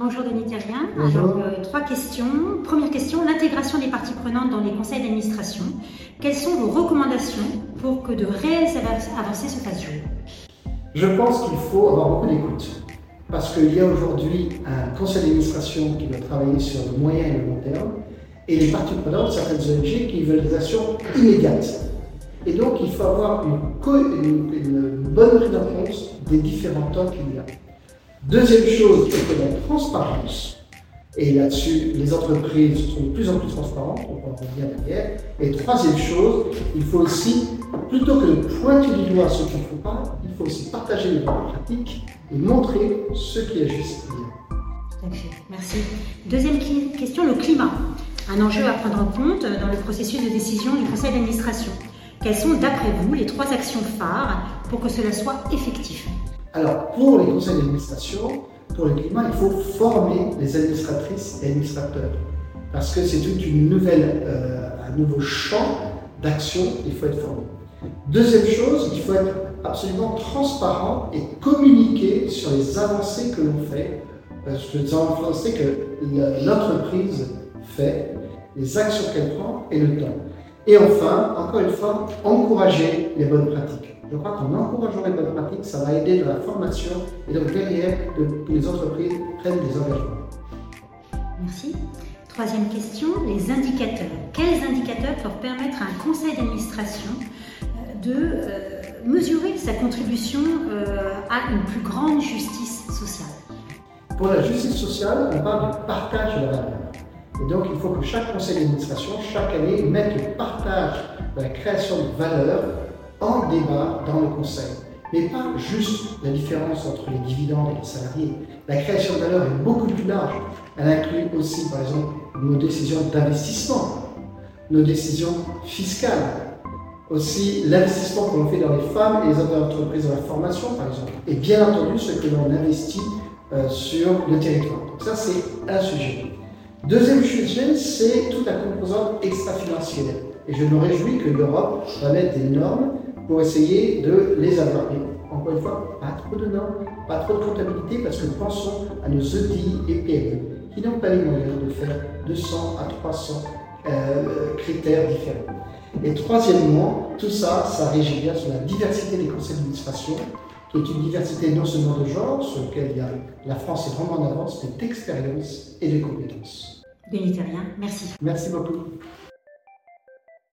Bonjour Denis Thérien. Bonjour. Alors, 3 questions. Première question, l'intégration des parties prenantes dans les conseils d'administration. Quelles sont vos recommandations pour que de réelles avancées se fassent jour? Je pense qu'il faut avoir beaucoup d'écoute. Parce qu'il y a aujourd'hui un conseil d'administration qui doit travailler sur le moyen et le long terme, et les parties prenantes, certaines ONG qui veulent des actions immédiates. Et donc, il faut avoir une bonne prise en compte des différents temps qu'il y a. Deuxième chose, il faut de la transparence. Et là-dessus, les entreprises sont de plus en plus transparentes, on en revient derrière. Et troisième chose, il faut aussi, plutôt que de pointer du doigt ce qu'il ne faut pas, il faut aussi partager les bonnes pratiques et montrer ce qui agissent bien. Tout à fait, merci. Deuxième question, le climat. Un enjeu à prendre en compte dans le processus de décision du conseil d'administration. Quelles sont, d'après vous, les 3 actions phares pour que cela soit effectif? Alors, pour les conseils d'administration, pour le climat, il faut former les administratrices et administrateurs. Parce que c'est toute une un nouveau champ d'action, il faut être formé. Deuxième chose, il faut être absolument transparent et communiquer sur les avancées que l'on fait, sur les avancées que l'entreprise fait, les actions qu'elle prend et le temps. Et enfin, encore une fois, encourager les bonnes pratiques. Je crois qu'en encourageant les bonnes pratiques, ça va aider dans la formation et donc derrière que les entreprises prennent des engagements. Merci. Troisième question, les indicateurs. Quels indicateurs peuvent permettre à un conseil d'administration de mesurer sa contribution à une plus grande justice sociale? Pour la justice sociale, on parle du partage de la valeur. Et donc, il faut que chaque conseil d'administration, chaque année, mette le partage de la création de valeur en débat dans le conseil. Mais pas juste la différence entre les dividendes et les salariés. La création de valeur est beaucoup plus large. Elle inclut aussi, par exemple, nos décisions d'investissement, nos décisions fiscales, aussi l'investissement que l'on fait dans les femmes et les autres entreprises dans la formation, par exemple. Et bien entendu, ce que l'on investit sur le territoire. Donc ça, c'est un sujet. Deuxième sujet, c'est toute la composante extra-financière. Et je me réjouis que l'Europe va mettre des normes pour essayer de les avoir. Et encore une fois, pas trop de normes, pas trop de comptabilité, parce que pensons à nos ETI et PME qui n'ont pas les moyens de faire 200 à 300 critères différents. Et troisièmement, tout ça, ça régit bien sur la diversité des conseils d'administration, qui est une diversité non seulement de genre, sur lequel la France est vraiment en avance, mais d'expérience et de compétences. Denis Thérien, merci. Merci beaucoup.